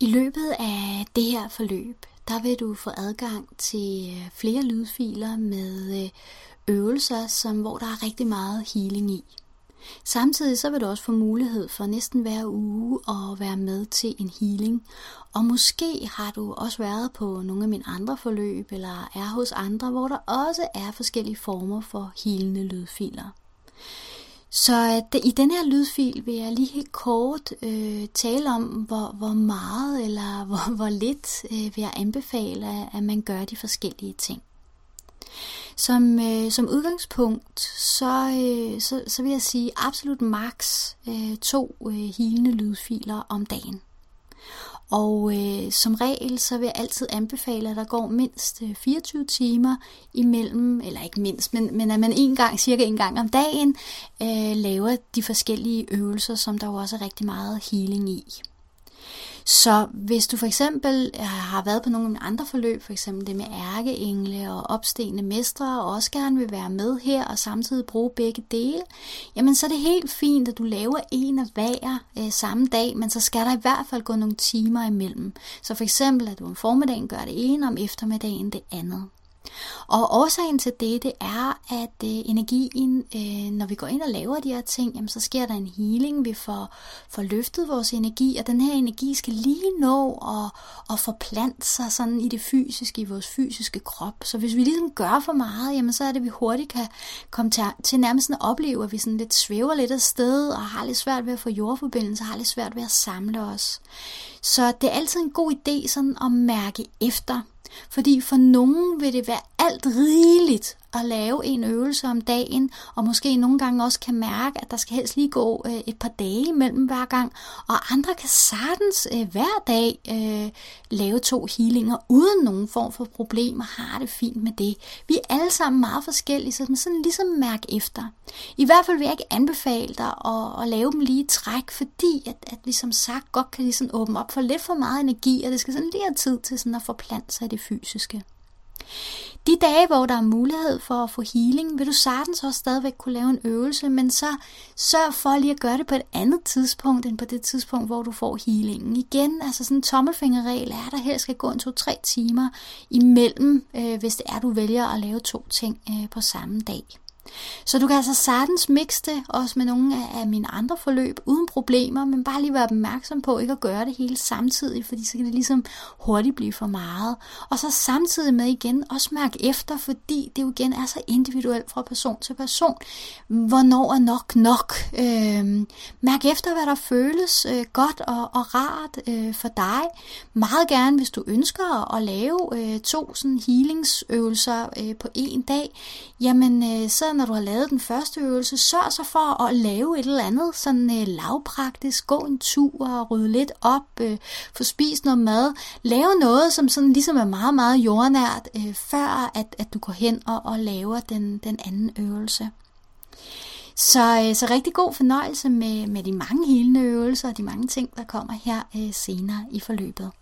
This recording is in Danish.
I løbet af det her forløb, der vil du få adgang til flere lydfiler med øvelser, hvor der er rigtig meget healing i. Samtidig så vil du også få mulighed for næsten hver uge at være med til en healing. Og måske har du også været på nogle af mine andre forløb, eller er hos andre, hvor der også er forskellige former for healende lydfiler. Så i den her lydfil vil jeg lige helt kort tale om, hvor meget eller hvor lidt vil jeg anbefale, at man gør de forskellige ting. Som udgangspunkt, så vil jeg sige absolut maks 2 healende lydfiler om dagen. Og som regel, så vil jeg altid anbefale, at der går mindst 24 timer imellem, eller ikke mindst, men at man cirka en gang om dagen, laver de forskellige øvelser, som der jo også er rigtig meget healing i. Så hvis du for eksempel har været på nogle andre forløb, for eksempel det med ærkeengle og opstigende mestre, og også gerne vil være med her og samtidig bruge begge dele, jamen så er det helt fint, at du laver en af hver samme dag, men så skal der i hvert fald gå nogle timer imellem. Så for eksempel, at du om formiddagen gør det ene, og om eftermiddagen det andet. Og årsagen til det er, at energien, når vi går ind og laver de her ting, jamen, så sker der en healing, vi får løftet vores energi, og den her energi skal lige nå at forplante sig sådan i det fysiske, i vores fysiske krop. Så hvis vi ligesom gør for meget, jamen, så er det, at vi hurtigt kan komme til nærmest at opleve, at vi sådan lidt svæver lidt af sted, og har lidt svært ved at få jordforbindelse, har lidt svært ved at samle os. Så det er altid en god idé sådan at mærke efter. Fordi for nogen vil det være alt rigeligt at lave en øvelse om dagen, og måske nogle gange også kan mærke, at der skal helst lige gå et par dage imellem hver gang, og andre kan sagtens hver dag lave 2 healinger uden nogen form for problemer, har det fint med det. Vi er alle sammen meget forskellige, så sådan ligesom mærke efter. I hvert fald vil jeg ikke anbefale dig at lave dem lige i træk, fordi at vi som sagt godt kan ligesom åbne op for lidt for meget energi, og det skal sådan lige have tid til sådan at forplante sig i det fysiske. De dage, hvor der er mulighed for at få healing, vil du sagtens også stadigvæk kunne lave en øvelse, men så sørg for lige at gøre det på et andet tidspunkt, end på det tidspunkt, hvor du får healingen. Igen, altså sådan en tommelfingerregel er, der helst skal gå en 2-3 timer imellem, hvis det er, du vælger at lave 2 ting på samme dag. Så du kan altså sagtens mixe det også med nogle af mine andre forløb uden problemer, men bare lige være opmærksom på ikke at gøre det hele samtidig, fordi så kan det ligesom hurtigt blive for meget. Og så samtidig med igen også mærke efter, fordi det jo igen er så individuelt fra person til person. Hvornår er nok? Mærk efter, hvad der føles godt og rart for dig. Meget gerne, hvis du ønsker at lave 2 sådan healingsøvelser på en dag, jamen så når du har lavet den første øvelse, sørg så for at lave et eller andet sådan lavpraktisk, gå en tur og rydde lidt op, få spist noget mad, lave noget, som sådan ligesom er meget, meget jordnært, før at du går hen og laver den anden øvelse. Så rigtig god fornøjelse med de mange healende øvelser og de mange ting, der kommer her senere i forløbet.